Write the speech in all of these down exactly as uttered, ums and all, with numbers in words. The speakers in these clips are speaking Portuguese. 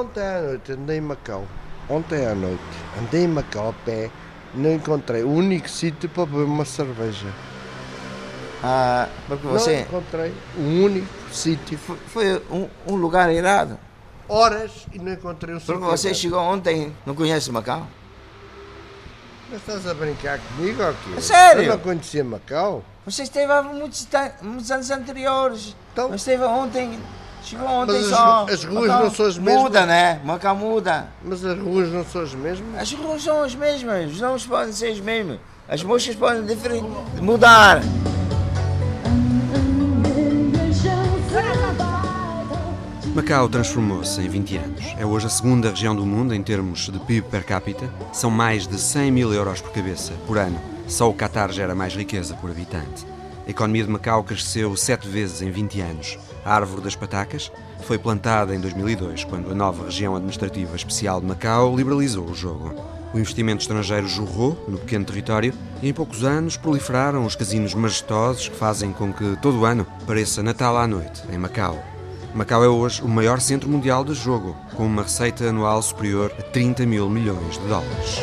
ontem à noite andei em Macau. Ontem à noite andei em Macau a pé. Não encontrei o único sítio para beber uma cerveja. Ah, porque você... Não encontrei um único sítio. Foi, foi um, um lugar irado. Horas e não encontrei um sítio. Porque você chegou ontem, não conhece Macau? Mas estás a brincar comigo ou quê? É sério? Eu não conhecia Macau. Você esteve há muitos, muitos anos anteriores. Então, Mas esteve ontem, chegou ontem mas só. as, as ruas Macau não são as mesmas. Muda, né? Macau muda. Mas as ruas não são as mesmas. As ruas são as mesmas, os nomes podem ser os mesmos. As moças podem diferir, mudar. Macau transformou-se em vinte anos. É hoje a segunda região do mundo em termos de P I B per capita. São mais de cem mil euros por cabeça por ano. Só o Qatar gera mais riqueza por habitante. A economia de Macau cresceu sete vezes em vinte anos. A árvore das patacas foi plantada em dois mil e dois, quando a nova região administrativa especial de Macau liberalizou o jogo. O investimento estrangeiro jorrou no pequeno território e em poucos anos proliferaram os casinos majestosos que fazem com que todo o ano pareça Natal à noite em Macau. Macau é hoje o maior centro mundial de jogo, com uma receita anual superior a trinta mil milhões de dólares.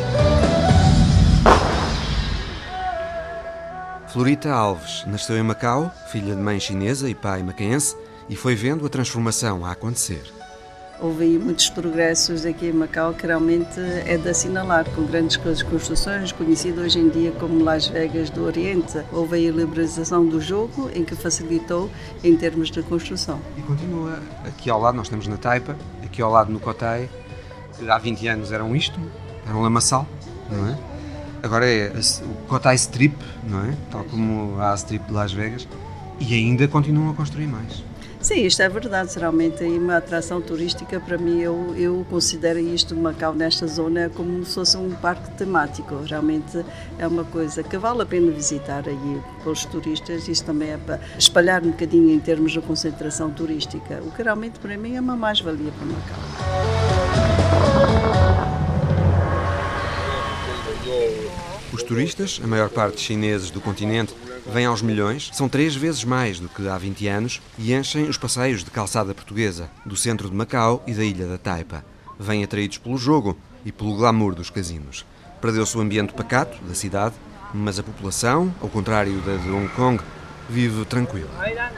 Florita Alves nasceu em Macau, filha de mãe chinesa e pai macaense, e foi vendo a transformação a acontecer. Houve muitos progressos aqui em Macau que realmente é de assinalar, com grandes construções, conhecido hoje em dia como Las Vegas do Oriente. Houve a liberalização do jogo, em que facilitou em termos de construção. E continua. Aqui ao lado nós temos na Taipa, aqui ao lado no Cotai, há vinte anos eram isto, era um lamaçal, não é? Agora é o Cotai Strip, não é? Tal como a Strip de Las Vegas, e ainda continuam a construir mais. Sim, isto é verdade, realmente é uma atração turística. Para mim, eu, eu considero isto de Macau, nesta zona, como se fosse um parque temático. Realmente é uma coisa que vale a pena visitar aí pelos turistas. Isso também é para espalhar um bocadinho em termos de concentração turística, o que realmente para mim é uma mais-valia para Macau. Os turistas, a maior parte chineses do continente, vêm aos milhões, são três vezes mais do que há vinte anos e enchem os passeios de calçada portuguesa, do centro de Macau e da ilha da Taipa. Vêm atraídos pelo jogo e pelo glamour dos casinos. Perdeu-se o ambiente pacato da cidade, mas a população, ao contrário da de Hong Kong, vive tranquila.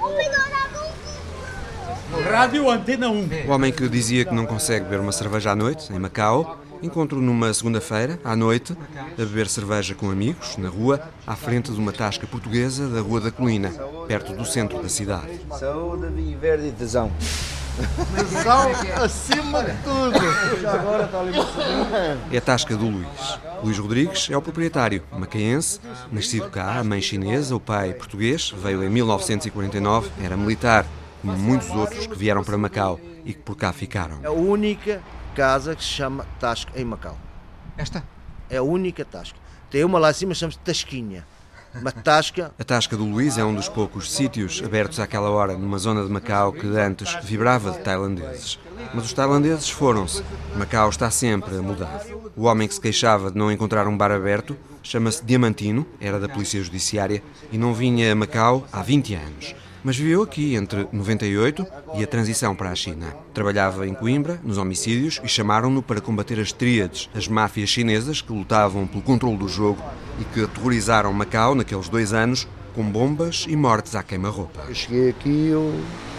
Rádio Antena um. O homem que dizia que não consegue beber uma cerveja à noite, em Macau, encontro numa segunda-feira, à noite, a beber cerveja com amigos, na rua, à frente de uma tasca portuguesa da Rua da Colina, perto do centro da cidade. Saúde, vinho verde e tesão. Tesão acima de tudo. Já agora está ali uma cerveja. É a tasca do Luís. Luís Rodrigues é o proprietário, macaense, nascido cá, a mãe chinesa, o pai português, veio em mil novecentos e quarenta e nove, era militar, como muitos outros que vieram para Macau e que por cá ficaram. É a única casa que se chama Tasca em Macau. Esta? É a única Tasca. Tem uma lá em cima que chama-se Tasquinha. Uma Tasca. A Tasca do Luís é um dos poucos sítios abertos àquela hora numa zona de Macau que antes vibrava de tailandeses. Mas os tailandeses foram-se. Macau está sempre a mudar. O homem que se queixava de não encontrar um bar aberto chama-se Diamantino, era da Polícia Judiciária e não vinha a Macau há vinte anos. Mas viveu aqui entre noventa e oito e a transição para a China. Trabalhava em Coimbra, nos homicídios, e chamaram-no para combater as tríades, as máfias chinesas que lutavam pelo controle do jogo e que aterrorizaram Macau naqueles dois anos com bombas e mortes à queima-roupa. Eu cheguei aqui e eu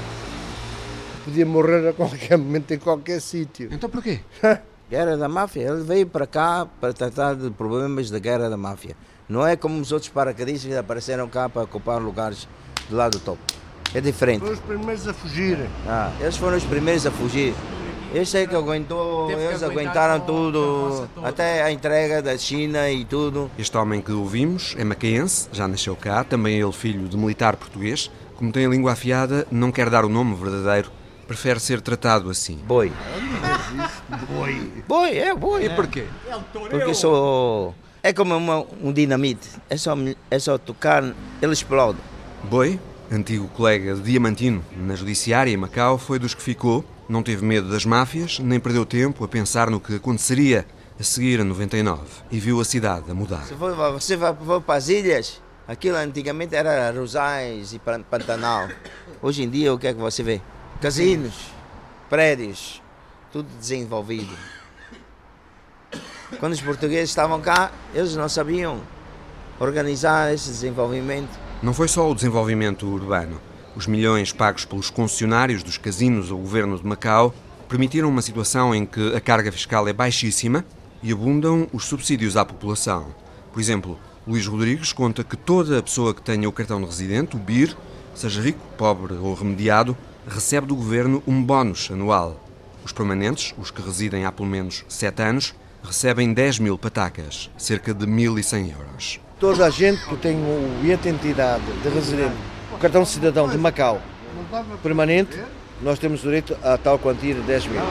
podia morrer a qualquer momento em qualquer sítio. Então porquê? Guerra da máfia. Ele veio para cá para tratar de problemas da guerra da máfia. Não é como os outros paraquedistas que apareceram cá para ocupar lugares do lado do topo. É diferente. Foram os primeiros a fugir. Ah, eles foram os primeiros a fugir. Este é que aguentou, eles aguentaram tudo, até a entrega da China e tudo. Este homem que ouvimos é macaense, já nasceu cá, também ele filho de militar português. Como tem a língua afiada, não quer dar o nome verdadeiro, prefere ser tratado assim. Boi. Boi. Boi, é boi. E porquê? Porque sou... É como uma, um dinamite, é só, é só tocar, ele explode. Boi, antigo colega de Diamantino na Judiciária em Macau, foi dos que ficou, não teve medo das máfias, nem perdeu tempo a pensar no que aconteceria a seguir a noventa e nove e viu a cidade a mudar. Se for, você vai, vai para as ilhas, aquilo antigamente era Rosais e Pantanal. Hoje em dia o que é que você vê? Casinos, prédios, tudo desenvolvido. Quando os portugueses estavam cá, eles não sabiam organizar esse desenvolvimento. Não foi só o desenvolvimento urbano. Os milhões pagos pelos concessionários dos casinos ao governo de Macau permitiram uma situação em que a carga fiscal é baixíssima e abundam os subsídios à população. Por exemplo, Luís Rodrigues conta que toda a pessoa que tenha o cartão de residente, o B I R, seja rico, pobre ou remediado, recebe do governo um bónus anual. Os permanentes, os que residem há pelo menos sete anos, recebem dez mil patacas, cerca de mil e cem euros. Toda a gente que tem o bilhete de identidade de residente, o cartão de cidadão de Macau permanente, nós temos direito a tal quantia de dez mil.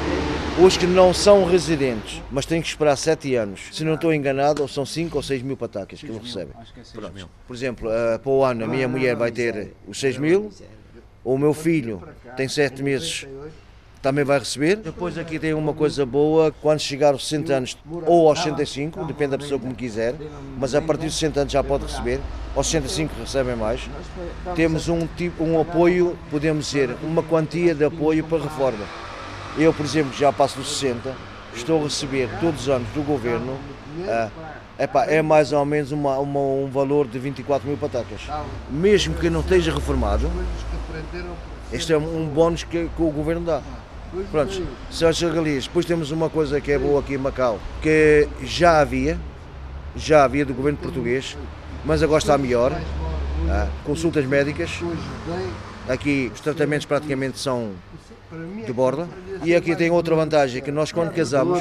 Os que não são residentes, mas têm que esperar sete anos, se não estou enganado, são cinco ou seis mil patacas que eles recebem. Pronto. Por exemplo, para o ano a minha mulher vai ter os seis mil, o meu filho tem sete meses, também vai receber. Depois aqui tem uma coisa boa, quando chegar aos sessenta anos ou aos sessenta e cinco, depende da pessoa como quiser, mas a partir dos sessenta anos já pode receber, aos sessenta e cinco recebem mais. Temos um, tipo, um apoio, podemos dizer, uma quantia de apoio para reforma. Eu, por exemplo, já passo dos sessenta, estou a receber todos os anos do governo, ah, epá, é mais ou menos uma, uma, um valor de vinte e quatro mil patacas. Mesmo que não esteja reformado, este é um bónus que, que o governo dá. Pronto, são as regalias. Depois temos uma coisa que é boa aqui em Macau, que já havia, já havia do governo português, mas agora está melhor. Ah, consultas médicas. Aqui os tratamentos praticamente são de borda. E aqui tem outra vantagem, que nós quando casamos,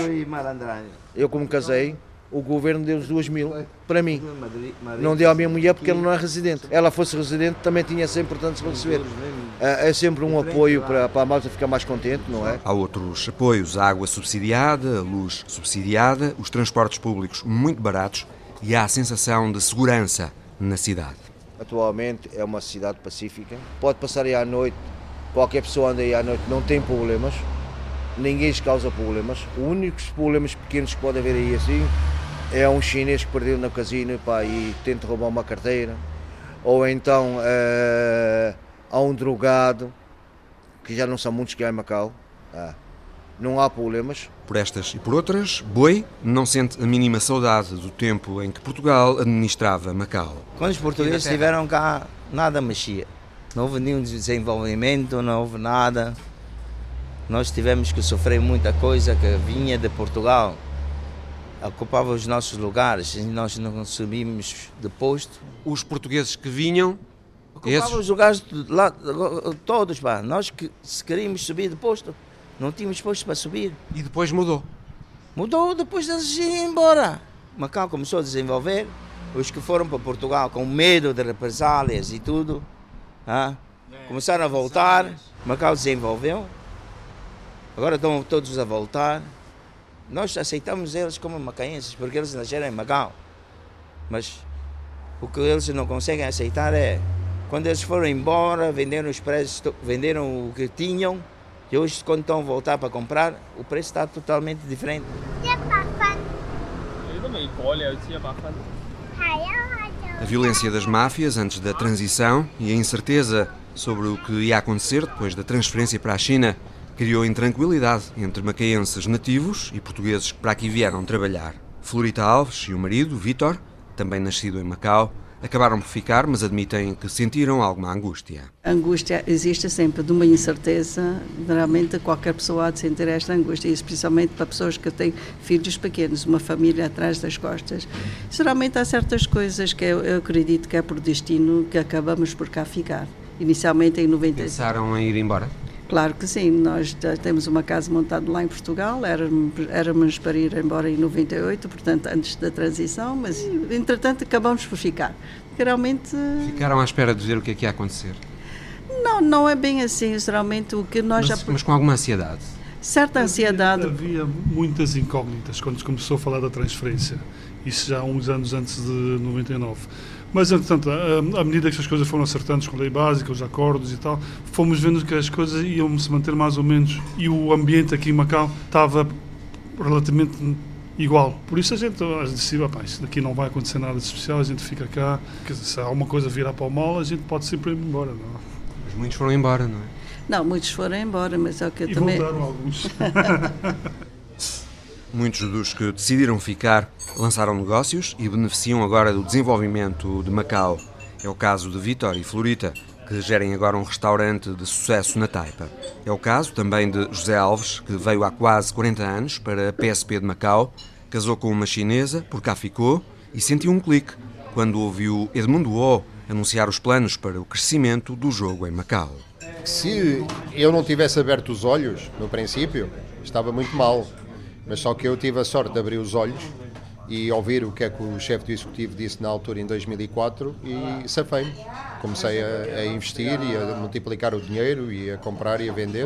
eu como casei, o governo deu-nos duas mil para mim. Não deu à minha mulher porque ela não é residente. Ela fosse residente também tinha essa importância para receber. É sempre um apoio para, para a malta ficar mais contente, não é? Há outros apoios, a água subsidiada, a luz subsidiada, os transportes públicos muito baratos e há a sensação de segurança na cidade. Atualmente é uma cidade pacífica. Pode passar aí à noite, qualquer pessoa anda aí à noite, não tem problemas. Ninguém lhes causa problemas. Os únicos problemas pequenos que pode haver aí assim é um chinês que perdeu no casino pá, e tenta roubar uma carteira. Ou então é, há um drogado, que já não são muitos que há em Macau. Ah, não há problemas. Por estas e por outras, Boi não sente a mínima saudade do tempo em que Portugal administrava Macau. Quando os portugueses estiveram cá, nada mexia. Não houve nenhum desenvolvimento, não houve nada. Nós tivemos que sofrer muita coisa que vinha de Portugal, ocupava os nossos lugares e nós não subimos de posto. Os portugueses que vinham, ocupavam esses... os lugares lá, todos, pá. Nós que se queríamos subir de posto, não tínhamos posto para subir. E depois mudou? Mudou depois deles irem embora. Macau começou a desenvolver, os que foram para Portugal com medo de represálias e tudo, ah, começaram a voltar, Macau desenvolveu. Agora estão todos a voltar. Nós aceitamos eles como macaenses, porque eles nasceram em Macau. Mas o que eles não conseguem aceitar é, quando eles foram embora, venderam os preços, venderam o que tinham, e hoje, quando estão a voltar para comprar, o preço está totalmente diferente. A violência das máfias antes da transição e a incerteza sobre o que ia acontecer depois da transferência para a China criou intranquilidade entre macaenses nativos e portugueses que para aqui vieram trabalhar. Florita Alves e o marido, Vítor, também nascido em Macau, acabaram por ficar, mas admitem que sentiram alguma angústia. A angústia existe sempre, de uma incerteza. Realmente qualquer pessoa há de sentir esta angústia, e especialmente para pessoas que têm filhos pequenos, uma família atrás das costas. Geralmente há certas coisas que eu, eu acredito que é por destino que acabamos por cá ficar. Inicialmente em noventa e seis. Pensaram em ir embora? Claro que sim, nós temos uma casa montada lá em Portugal, éramos, éramos para ir embora em noventa e oito, portanto antes da transição, mas entretanto acabamos por ficar. Realmente... Ficaram à espera de ver o que é que ia acontecer? Não, não é bem assim, geralmente o que nós mas, já... Mas com alguma ansiedade? Certa ansiedade... Havia, havia muitas incógnitas quando se começou a falar da transferência, isso já há uns anos antes de noventa e nove. Mas, entretanto, à medida que as coisas foram acertando com a lei básica, os acordos e tal, fomos vendo que as coisas iam se manter mais ou menos e o ambiente aqui em Macau estava relativamente igual. Por isso a gente disse, pá, isso daqui não vai acontecer nada de especial, a gente fica cá, quer dizer, se há alguma coisa virar para o mal, a gente pode sempre ir embora. Não? Mas muitos foram embora, não é? Não, muitos foram embora, mas é o que eu e também... voltaram alguns. Muitos dos que decidiram ficar lançaram negócios e beneficiam agora do desenvolvimento de Macau. É o caso de Vítor e Florita, que gerem agora um restaurante de sucesso na Taipa. É o caso também de José Alves, que veio há quase quarenta anos para a P S P de Macau, casou com uma chinesa, por cá ficou, e sentiu um clique quando ouviu Edmundo Oh anunciar os planos para o crescimento do jogo em Macau. Se eu não tivesse aberto os olhos, no princípio, estava muito mal. Mas só que eu tive a sorte de abrir os olhos e ouvir o que é que o chefe do executivo disse na altura, em dois mil e quatro, e safei-me. Comecei a, a investir e a multiplicar o dinheiro e a comprar e a vender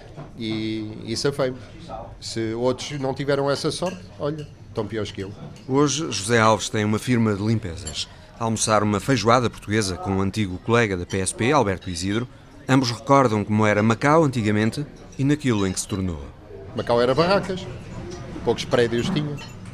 e, e safei-me. Se outros não tiveram essa sorte, olha, estão piores que eu. Hoje, José Alves tem uma firma de limpezas. A almoçar uma feijoada portuguesa com um antigo colega da P S P, Alberto Isidro, ambos recordam como era Macau antigamente e naquilo em que se tornou. Macau era barracas. Poucos prédios tinha.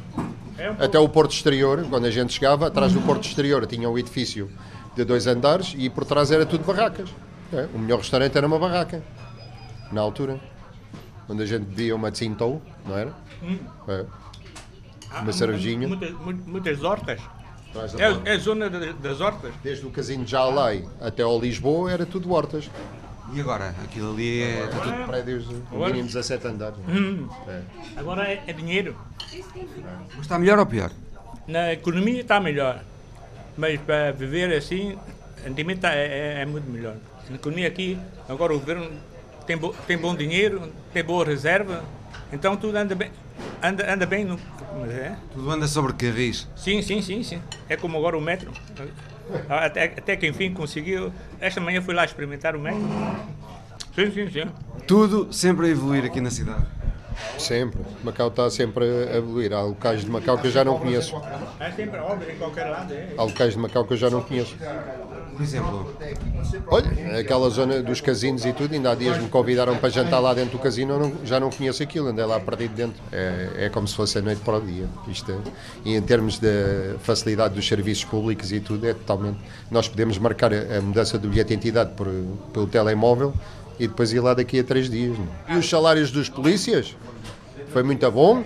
Até o Porto Exterior, quando a gente chegava, atrás do Porto Exterior tinha um edifício de dois andares e por trás era tudo barracas. É, o melhor restaurante era uma barraca, na altura. Onde a gente bebia uma Tsintou, não era? Hum. É. Uma cervejinha. Muitas, muitas hortas. É, é a zona de, das hortas. Desde o Casino de Jalai até ao Lisboa era tudo hortas. E agora? Aquilo ali é... Agora, tudo prédios de mínimo dezassete andares. Hum. É. Agora é, é dinheiro. Mas está melhor ou pior? Na economia está melhor. Mas para viver assim, antigamente tá, é, é muito melhor. Na economia aqui, agora o governo tem, bo, tem bom dinheiro, tem boa reserva, então tudo anda bem. Anda, anda bem, no, mas é? Tudo anda sobre carris. Sim, sim, sim, sim. É como agora o metro. Até, até que enfim conseguiu. Esta manhã fui lá experimentar o metro. Sim, sim, sim. Tudo sempre a evoluir aqui na cidade. Sempre. Macau está sempre a evoluir. Há locais de Macau que eu já não conheço. É sempre obra em qualquer lado. É. Há locais de Macau que eu já não conheço. Por exemplo? Olha, aquela zona dos casinos e tudo, ainda há dias me convidaram para jantar lá dentro do casino, eu não, já não conheço aquilo, andei lá perdido dentro. É, é como se fosse a noite para o dia. Isto é, e em termos de facilidade dos serviços públicos e tudo, é totalmente... Nós podemos marcar a, a mudança do bilhete de identidade por, pelo telemóvel e depois ir lá daqui a três dias. Não? E os salários dos polícias? Foi muito bom.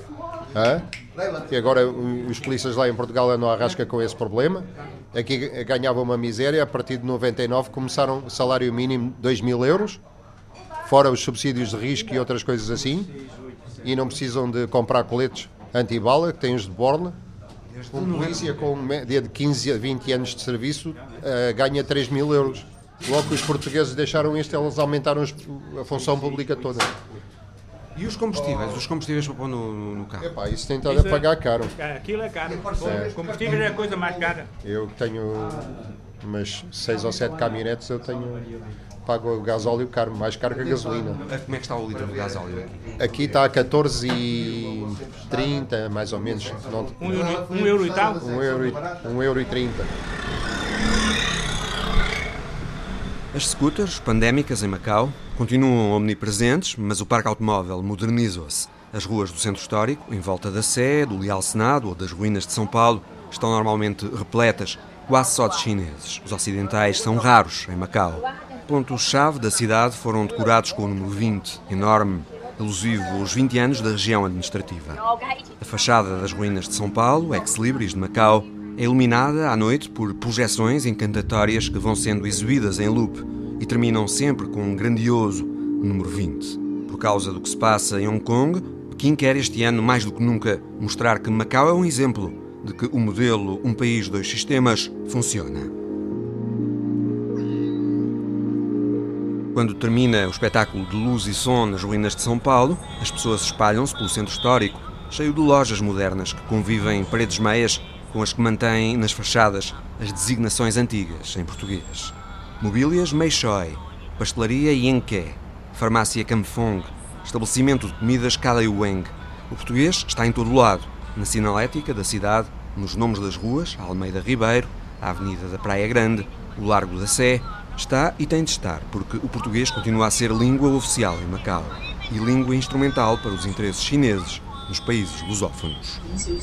Ah? E agora os polícias lá em Portugal andam à rasca com esse problema. Aqui ganhavam uma miséria, a partir de noventa e nove começaram o salário mínimo dois mil euros, fora os subsídios de risco e outras coisas assim, e não precisam de comprar coletes anti-bala, que têm os de borla. Um polícia com média de quinze a vinte anos de serviço uh, ganha três mil euros. Logo que os portugueses deixaram isto, eles aumentaram a função pública toda. E os combustíveis? Os combustíveis para pôr no, no, no carro? Epá, isso tem estado a pagar caro. Aquilo é caro. É. Combustível é a coisa mais cara. Eu tenho umas seis ou sete caminhonetes, eu tenho pago o gasóleo caro, mais caro que a gasolina. Como é que está o litro de gasóleo aqui? Aqui está a catorze e trinta, mais ou menos. Não... Um, euro, um euro e tal? Um euro e, um euro e trinta. As scooters pandémicas em Macau continuam omnipresentes, mas o parque automóvel modernizou-se. As ruas do centro histórico, em volta da Sé, do Leal Senado ou das ruínas de São Paulo, estão normalmente repletas, quase só de chineses. Os ocidentais são raros em Macau. Pontos-chave da cidade foram decorados com o número vinte, enorme, alusivo aos vinte anos da região administrativa. A fachada das ruínas de São Paulo, ex-libris de Macau, é iluminada à noite por projeções encantatórias que vão sendo exibidas em loop e terminam sempre com um grandioso número vinte. Por causa do que se passa em Hong Kong, Pequim quer este ano, mais do que nunca, mostrar que Macau é um exemplo de que o modelo Um País, Dois Sistemas funciona. Quando termina o espetáculo de luz e som nas ruínas de São Paulo, as pessoas espalham-se pelo centro histórico, cheio de lojas modernas que convivem em paredes meias com as que mantêm nas fachadas as designações antigas em português. Mobílias Meishoy, pastelaria Yenke, farmácia Camfong, estabelecimento de comidas Kadaiweng. O português está em todo o lado, na sinalética da cidade, nos nomes das ruas, a Almeida Ribeiro, a Avenida da Praia Grande, o Largo da Sé. Está e tem de estar, porque o português continua a ser língua oficial em Macau e língua instrumental para os interesses chineses nos países lusófonos.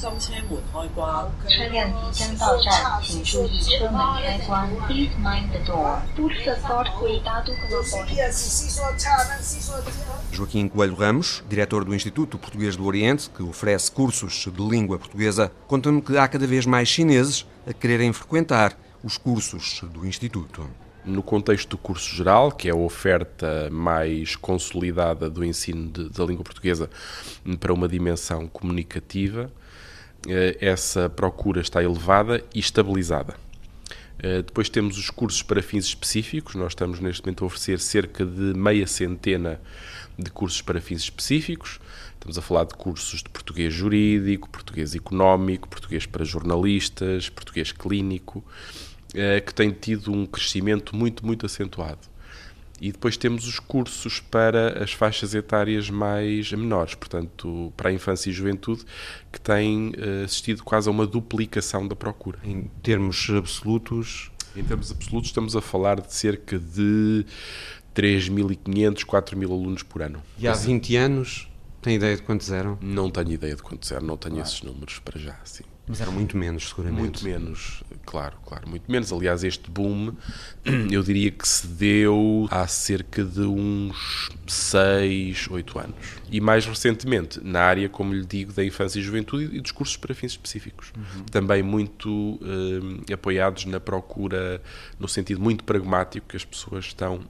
Joaquim Coelho Ramos, diretor do Instituto Português do Oriente, que oferece cursos de língua portuguesa, conta-me que há cada vez mais chineses a quererem frequentar os cursos do Instituto. No contexto do curso geral, que é a oferta mais consolidada do ensino de, da língua portuguesa para uma dimensão comunicativa, essa procura está elevada e estabilizada. Depois temos os cursos para fins específicos. Nós estamos neste momento a oferecer cerca de meia centena de cursos para fins específicos. Estamos a falar de cursos de português jurídico, português económico, português para jornalistas, português clínico, que tem tido um crescimento muito, muito acentuado. E depois temos os cursos para as faixas etárias mais menores, portanto, para a infância e juventude, que têm assistido quase a uma duplicação da procura. Em termos absolutos? Em termos absolutos, estamos a falar de cerca de três mil e quinhentos, quatro mil alunos por ano. E há vinte anos, tem ideia de quantos eram? Não tenho ideia de quantos eram, não tenho claro. Esses números para já, sim. Mas eram muito menos, seguramente. Muito menos, claro, claro, muito menos. Aliás, este boom, eu diria que se deu há cerca de uns seis, oito anos. E mais recentemente, na área, como lhe digo, da infância e juventude e dos cursos para fins específicos. Uhum. Também muito eh, apoiados na procura, no sentido muito pragmático que as pessoas estão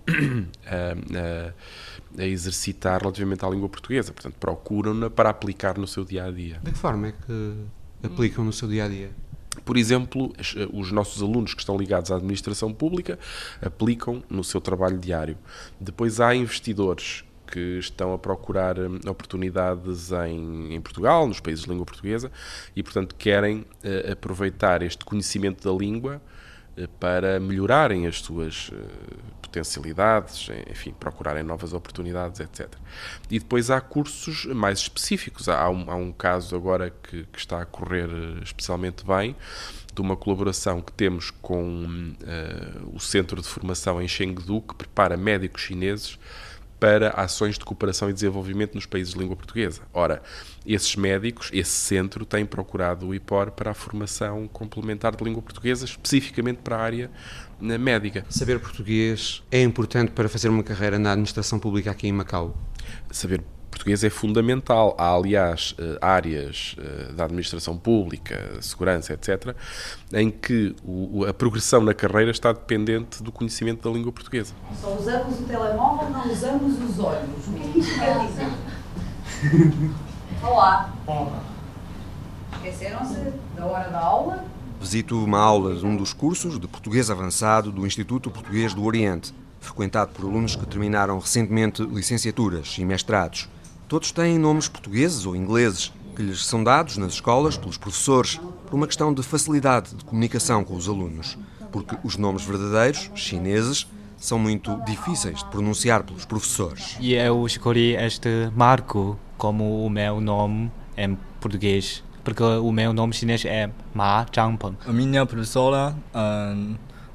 a, a, a exercitar relativamente à língua portuguesa. Portanto, procuram-na para aplicar no seu dia-a-dia. De que forma é que aplicam no seu dia-a-dia? Por exemplo, os nossos alunos que estão ligados à administração pública aplicam no seu trabalho diário. Depois há investidores que estão a procurar oportunidades em, em Portugal, nos países de língua portuguesa, e, portanto, querem uh, aproveitar este conhecimento da língua uh, para melhorarem as suas uh, potencialidades, enfim, procurarem novas oportunidades, etcétera. E depois há cursos mais específicos. Há um, há um caso agora que, que está a correr especialmente bem, de uma colaboração que temos com uh, o Centro de Formação em Chengdu, que prepara médicos chineses para ações de cooperação e desenvolvimento nos países de língua portuguesa. Ora, esses médicos, esse centro, tem procurado o I P O R para a formação complementar de língua portuguesa, especificamente para a área médica. Saber português é importante para fazer uma carreira na administração pública aqui em Macau? Saber português é fundamental. Há, aliás, áreas da administração pública, segurança, etcétera, em que o, a progressão na carreira está dependente do conhecimento da língua portuguesa. Só usamos o telemóvel, não usamos os olhos. O que é que isso quer dizer? Olá. Olá. Esqueceram-se da hora da aula? Visito uma aula de um dos cursos de português avançado do Instituto Português do Oriente, frequentado por alunos que terminaram recentemente licenciaturas e mestrados. Todos têm nomes portugueses ou ingleses, que lhes são dados nas escolas pelos professores, por uma questão de facilidade de comunicação com os alunos, porque os nomes verdadeiros, chineses, são muito difíceis de pronunciar pelos professores. E eu escolhi este Marco como o meu nome em português, porque o meu nome chinês é Ma Zhangpeng. A minha professora, um,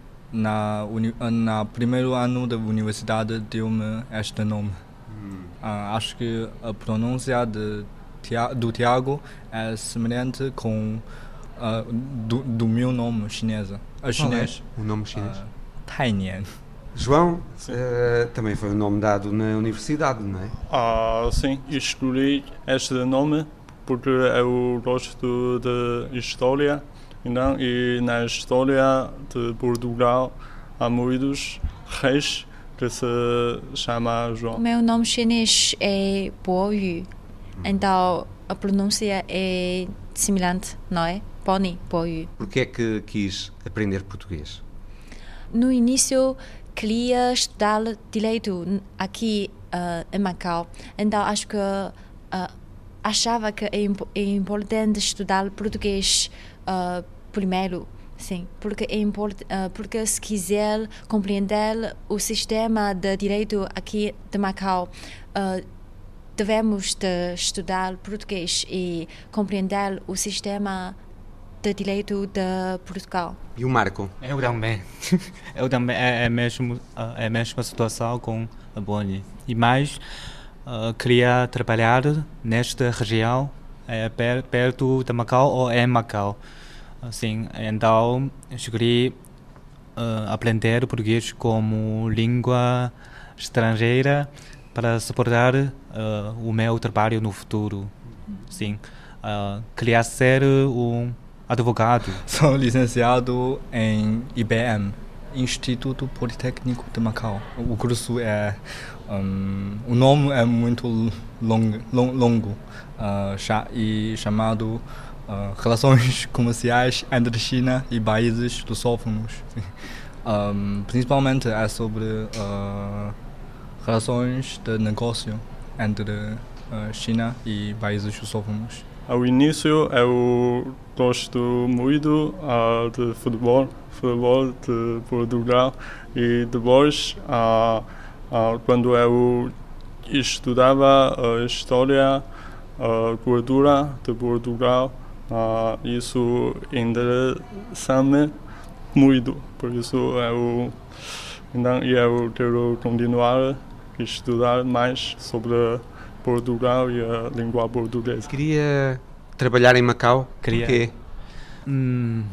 na, uni, na primeiro ano da universidade, deu-me este nome. Hum. Uh, acho que a pronúncia de, do Tiago é semelhante com uh, do, do meu nome chinês. A chinês. É? O nome chinês? Uh, Tainian. João, uh, também foi um nome dado na universidade, não é? Ah, sim, escolhi este nome porque eu gosto de história, então, e na história de Portugal há muitos reis que se chamam João. Meu nome chinês é Bo Yu, então a pronúncia é semelhante, não é? Boni, Bo Yu. Por que é que quis aprender português? No início queria estudar direito aqui uh, em Macau, então acho que uh, achava que é, imp- é importante estudar português uh, primeiro, sim, porque é import- uh, porque se quiser compreender o sistema de direito aqui de Macau, uh, devemos de estudar português e compreender o sistema de direito de Portugal. E o Marco? Eu também. Eu também é a mesma, é a mesma situação com a Bonnie. E mais, uh, queria trabalhar nesta região é per, perto de Macau ou em Macau. Assim, então escolhi uh, aprender português como língua estrangeira para suportar uh, o meu trabalho no futuro. Sim, uh, queria ser um advogado. Sou licenciado em I B M, Instituto Politécnico de Macau. O curso é um, o nome é muito long, long, longo uh, cha, e chamado uh, Relações Comerciais entre China e Países Lusófonos. Um, principalmente é sobre uh, relações de negócio entre uh, China e países lusófonos. Ao início eu gosto muito uh, de futebol, futebol de Portugal, e depois uh, uh, quando eu estudava a história, a cultura de Portugal, uh, isso interessa-me muito, por isso eu, então, eu quero continuar a estudar mais sobre Portugal e a língua portuguesa. Queria trabalhar em Macau? Queria. Porquê? Hum,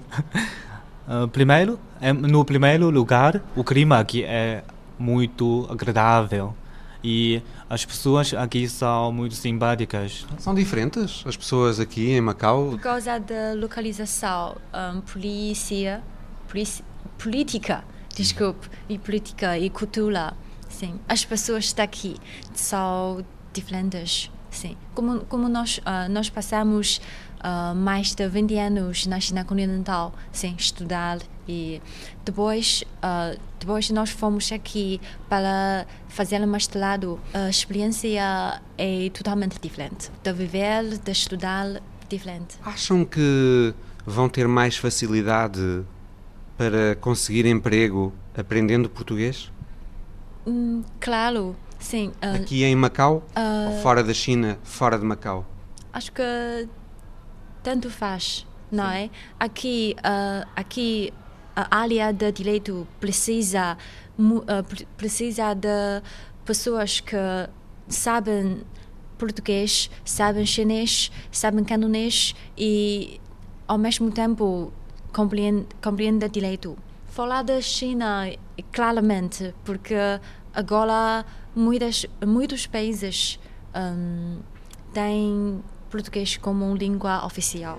uh, primeiro, no primeiro lugar, o clima aqui é muito agradável e as pessoas aqui são muito simpáticas. São diferentes as pessoas aqui em Macau? Por causa da localização, um, polícia, polícia, política, desculpe, e política e cultura, sim, as pessoas daqui são diferentes, sim. Como como nós uh, nós passamos uh, mais de vinte anos na China continental, sim, estudar, e depois uh, depois nós fomos aqui para fazer um mestrado. A experiência é totalmente diferente, de viver, de estudar, diferente. Acham que vão ter mais facilidade para conseguir emprego aprendendo português? Hum, claro. Sim, uh, aqui em Macau uh, ou fora da China, fora de Macau? Acho que tanto faz, não é? Aqui, uh, aqui a área de direito precisa, uh, precisa de pessoas que sabem português, sabem chinês, sabem cantonês e ao mesmo tempo compreendem compreende direito. Falar da China, claramente, porque agora muitas, muitos países um, têm português como língua oficial.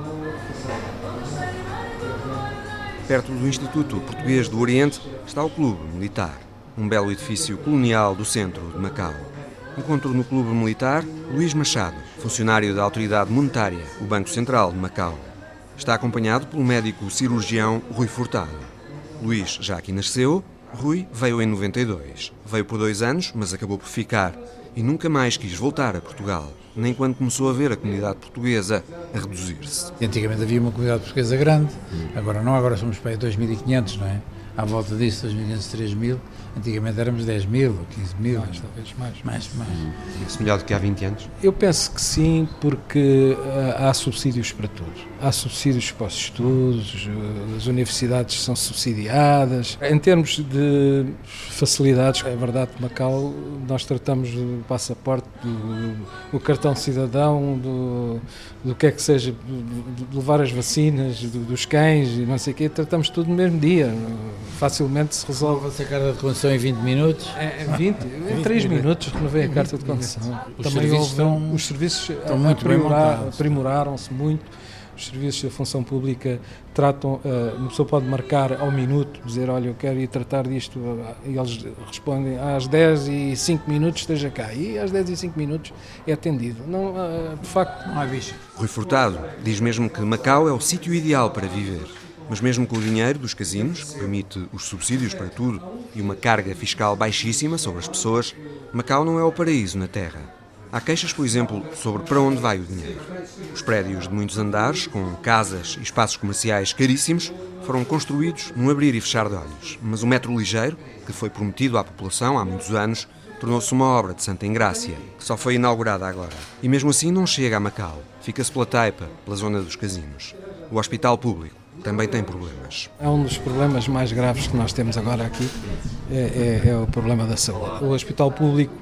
Perto do Instituto Português do Oriente está o Clube Militar, um belo edifício colonial do centro de Macau. Encontro no Clube Militar Luís Machado, funcionário da Autoridade Monetária, o Banco Central de Macau. Está acompanhado pelo médico cirurgião Rui Furtado. Luís já aqui nasceu, Rui veio em noventa e dois. Veio por dois anos, mas acabou por ficar e nunca mais quis voltar a Portugal, nem quando começou a ver a comunidade portuguesa a reduzir-se. Antigamente havia uma comunidade portuguesa grande, agora não, agora somos para aí dois mil e quinhentos, não é? À volta disso, dois mil e quinhentos, três mil. Antigamente éramos dez mil, quinze mil, mais, talvez mais. mais, mais. Isso melhor do que há vinte anos? Eu penso que sim, porque uh, há subsídios para tudo. Há subsídios para os estudos, uh, as universidades são subsidiadas. Em termos de facilidades, é verdade que Macau nós tratamos do passaporte, do, do cartão de cidadão, do, do que é que seja, de, de levar as vacinas, do, dos cães e não sei o quê, tratamos tudo no mesmo dia. Facilmente se resolve. Resolve-se a carta de condução em vinte minutos? É, é vinte, em três minutos renovei a carta de condução. Os Também serviços houve, estão, os serviços estão muito bem montados. Aprimoraram-se muito. Os serviços da função pública tratam, uh, uma pessoa pode marcar ao minuto, dizer, olha, eu quero ir tratar disto, e eles respondem, às dez e cinco minutos esteja cá, e às dez e cinco minutos é atendido. Não, uh, de facto, não há bicho. Rui Furtado diz mesmo que Macau é o sítio ideal para viver. Mas mesmo com o dinheiro dos casinos, que permite os subsídios para tudo e uma carga fiscal baixíssima sobre as pessoas, Macau não é o paraíso na Terra. Há queixas, por exemplo, sobre para onde vai o dinheiro. Os prédios de muitos andares, com casas e espaços comerciais caríssimos, foram construídos num abrir e fechar de olhos. Mas o metro ligeiro, que foi prometido à população há muitos anos, tornou-se uma obra de santa ingrácia, que só foi inaugurada agora. E mesmo assim não chega a Macau. Fica-se pela Taipa, pela zona dos casinos. O hospital público também tem problemas. É um dos problemas mais graves que nós temos agora aqui, é, é, é o problema da saúde. O hospital público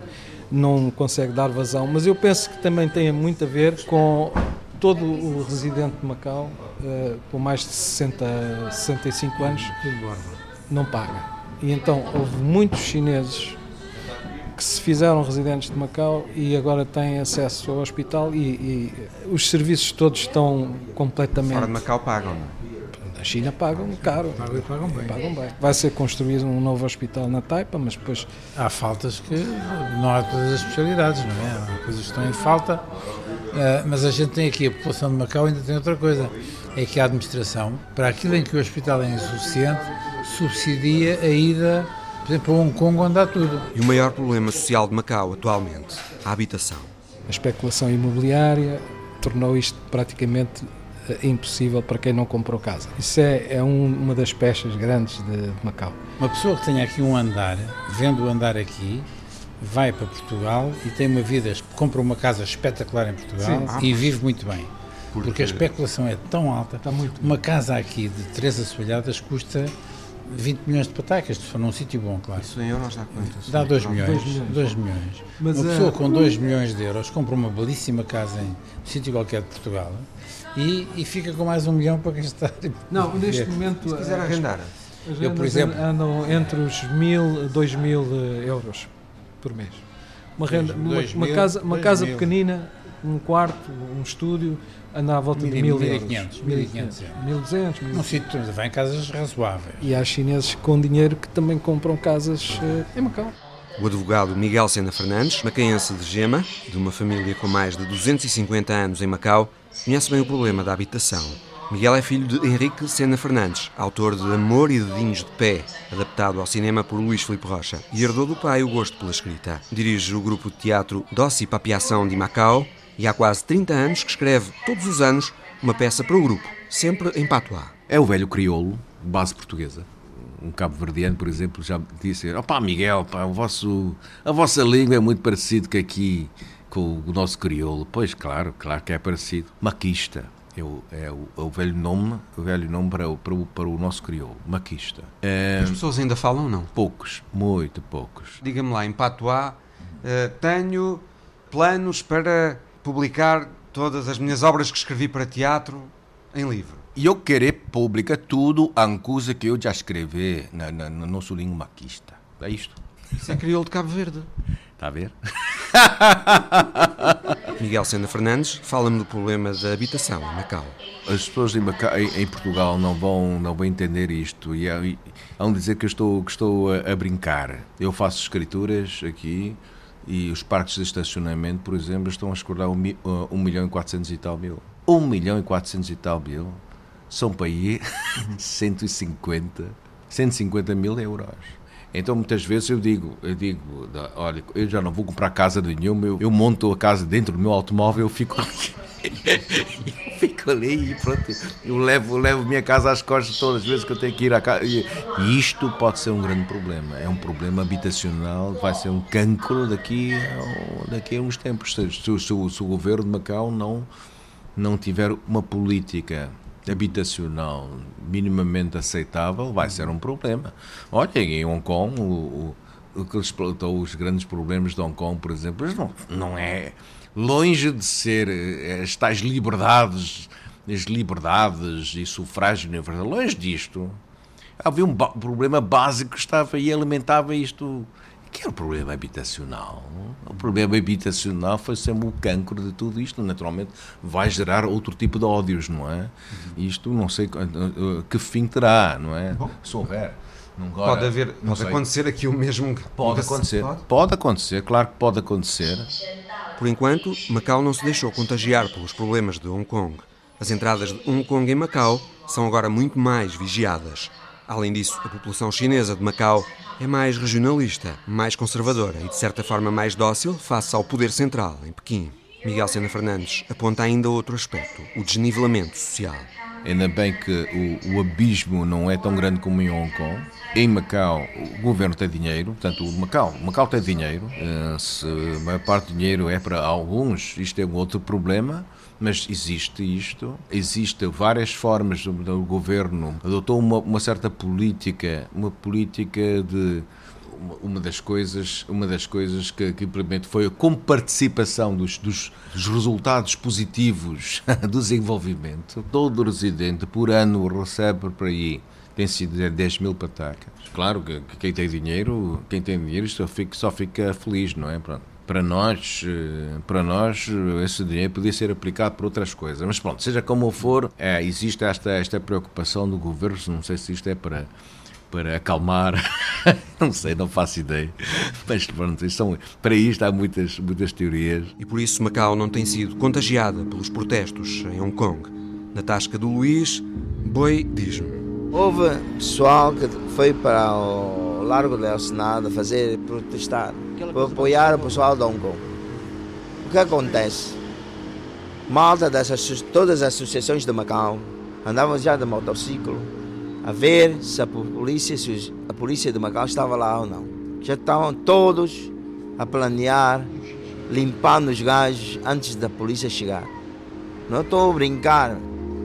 não consegue dar vazão, mas eu penso que também tem muito a ver com todo o residente de Macau, uh, com mais de sessenta, sessenta e cinco anos, não paga. E então houve muitos chineses que se fizeram residentes de Macau e agora têm acesso ao hospital e, e os serviços todos estão completamente... Fora de Macau pagam, não é? Na China pagam caro. Pagam, pagam bem. Pagam bem. Vai ser construído um novo hospital na Taipa, mas depois... Há faltas que não há todas as especialidades, não é? Há coisas que estão em falta, mas a gente tem aqui, a população de Macau ainda tem outra coisa, é que a administração, para aquilo em que o hospital é insuficiente, subsidia a ida, por exemplo, a Hong Kong, onde há tudo. E o maior problema social de Macau atualmente, a habitação. A especulação imobiliária tornou isto praticamente impossível para quem não comprou casa. Isso é, é um, uma das peças grandes de, de Macau. Uma pessoa que tenha aqui um andar, vende o andar aqui, vai para Portugal e tem uma vida, compra uma casa espetacular em Portugal. Sim. E vive muito bem. Porque, porque a especulação é tão alta. Está muito uma casa aqui de três assoalhadas custa vinte milhões de patacas, se for num sítio bom, claro. Isso em euros dá quanto? Dá dois milhões. dois milhões. Mas uma pessoa com dois milhões de euros compra uma belíssima casa em um sítio qualquer de Portugal e, e fica com mais um milhão para gastar. Não, neste momento... Se quiser arrendar. As eu, por exemplo, andam entre os mil, dois mil euros por mês. Uma, renda, dois, uma, dois uma casa, uma casa pequenina, um quarto, um estúdio, anda à volta mil, de mil euros. mil e quinhentos. mil e duzentos. Num sítio onde vai em casas razoáveis. E há chineses com dinheiro que também compram casas uh, em Macau. O advogado Miguel Sena Fernandes, macaense de Gema, de uma família com mais de duzentos e cinquenta anos em Macau, conhece bem o problema da habitação. Miguel é filho de Henrique Sena Fernandes, autor de Amor e Dedinhos de Pé, adaptado ao cinema por Luís Filipe Rocha, e herdou do pai o gosto pela escrita. Dirige o grupo de teatro Doce e Papiação de Macau e há quase trinta anos que escreve, todos os anos, uma peça para o grupo, sempre em patuá. É o velho crioulo, base portuguesa. Um cabo-verdiano, por exemplo, já me disse: opá, Miguel, pá, o vosso, a vossa língua é muito parecida que aqui com o nosso crioulo. Pois, claro, claro que é parecido. Maquista é o, é o, é o velho nome, o velho nome para o, para o, para o nosso crioulo. Maquista. É, As pessoas ainda falam ou não? Poucos, muito poucos. Diga-me lá, em patuá, uh, tenho planos para publicar todas as minhas obras que escrevi para teatro em livro. E eu querer publicar tudo a coisa que eu já escrevi na, na, na nossa língua maquista. É isto. Isso é crioulo de Cabo Verde. Está a ver? Miguel Sena Fernandes fala-me do problema da habitação em Macau. As pessoas em, Macau, em, em Portugal não vão, não vão entender isto e, e vão dizer que eu estou, que estou a, a brincar. Eu faço escrituras aqui e os parques de estacionamento, por exemplo, estão a escordar um, um milhão e quatrocentos e tal mil. Um milhão e quatrocentos e tal mil são para aí cento e cinquenta, cento e cinquenta mil euros. Então muitas vezes eu digo, eu digo, olha, eu já não vou comprar casa nenhuma, eu, eu monto a casa dentro do meu automóvel, eu fico eu fico ali e pronto, eu levo, levo minha casa às costas todas as vezes que eu tenho que ir à casa. E isto pode ser um grande problema, é um problema habitacional, vai ser um cancro daqui a, daqui a uns tempos, se, se, se, se o governo de Macau não, não tiver uma política habitacional minimamente aceitável, vai ser um problema. Olha, em Hong Kong, o, o, o que explotou os grandes problemas de Hong Kong, por exemplo, não, não é longe de ser as tais liberdades, as liberdades e sufrágio universal, longe disto. Havia um ba- problema básico que estava e alimentava isto, que era o problema habitacional. O problema habitacional foi sempre o cancro de tudo isto. Naturalmente vai gerar outro tipo de ódios, não é? Isto não sei que fim terá, não é? Bom, se houver. Não, agora, pode haver, pode sei. acontecer aqui o mesmo. Pode acontecer, pode? pode acontecer, claro que pode acontecer. Por enquanto, Macau não se deixou contagiar pelos problemas de Hong Kong. As entradas de Hong Kong em Macau são agora muito mais vigiadas. Além disso, a população chinesa de Macau é mais regionalista, mais conservadora e, de certa forma, mais dócil face ao poder central, em Pequim. Miguel Sena Fernandes aponta ainda outro aspecto, o desnivelamento social. Ainda bem que o, o abismo não é tão grande como em Hong Kong. Em Macau, o governo tem dinheiro, portanto, o Macau, Macau tem dinheiro. Se a maior parte do dinheiro é para alguns, isto é um outro problema. Mas existe isto, existem várias formas do governo, adotou uma, uma certa política, uma política de uma das coisas, uma das coisas que, que implementou foi a comparticipação dos, dos, dos resultados positivos do desenvolvimento. Todo residente por ano recebe por aí, tem sido dez mil patacas. Claro que, que quem tem dinheiro, quem tem dinheiro só fica, só fica feliz, não é? Pronto. Para nós, para nós, esse dinheiro podia ser aplicado por outras coisas. Mas pronto, seja como for, é, existe esta, esta preocupação do governo, não sei se isto é para, para acalmar, não sei, não faço ideia. Mas pronto, isto são, para isto há muitas, muitas teorias. E por isso Macau não tem sido contagiada pelos protestos em Hong Kong. Na tasca do Luís, Boi diz-me. Houve pessoal que foi para o Largo del Senado fazer protestar, para apoiar o pessoal de Hong Kong. O que acontece? Malta dessas, todas as associações de Macau andavam já de motociclo a ver se a polícia, se a polícia de Macau estava lá ou não. Já estavam todos a planear, limpando os gajos antes da polícia chegar. Não estou a brincar.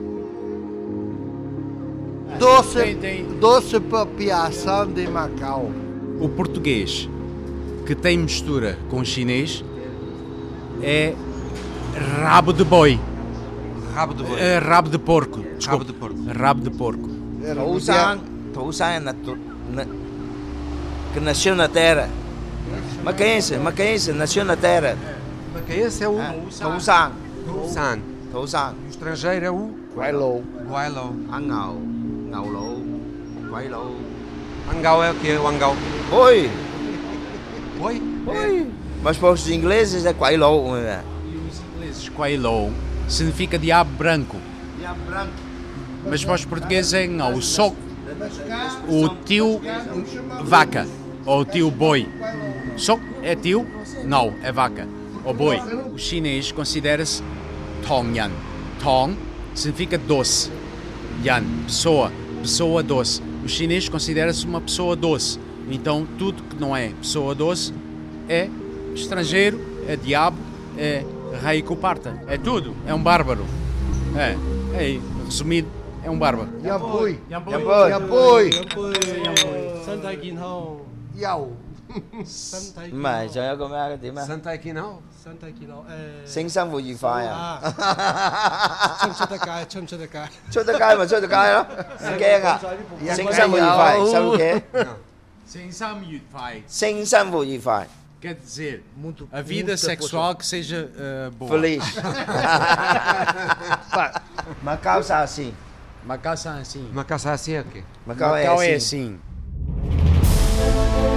Doce, doce papiação de Macau. O português que tem mistura com o chinês é rabo de boi. Rabo de boi. É, rabo de porco. Desculpa. Rabo de porco. Rabo de porco. Tousan, Tousan é natu, na, que nasceu na terra. Macaense, Macaense nasceu na terra. Macaense é o Tousan. Tousan. Tousan. O estrangeiro é o Guailou. Guailou. Angao. Ngao Guailou. Angao é o quê? O Angao? Boi. Boi? Boi. Mas para os ingleses é Guailou. E os ingleses, Guailou, significa diabo branco. Diabo branco. Mas para os portugueses é Ngao. Só o tio vaca, ou o tio boi. Só é tio? Não, é vaca. Ou boi. O chinês considera-se Tong Yan. Tong significa doce. Yan, pessoa. Pessoa doce. O chinês considera-se uma pessoa doce. Então, tudo que não é pessoa doce é estrangeiro, é diabo, é rei coparta. É tudo. É um bárbaro. É. É. Resumido, é um bárbaro. Yapui. Yapui. Yapui. Santai Kinhao. Yao. Mà trời có mấy cái điểm á. Santai Kinhao. Santai Kinhao. Sinh sanh vui vui phai à. 出唔出得街？出唔出得街？ 出得街咪出得街咯。驚啊！sinh生活愉快，收嘅。 Sem sam愉快。 sinh生活愉快。 Quer dizer, a vida sexual que seja uh, boa. Feliz. Macau está assim. Macau está assim. Macau está assim é o quê? Macau é assim.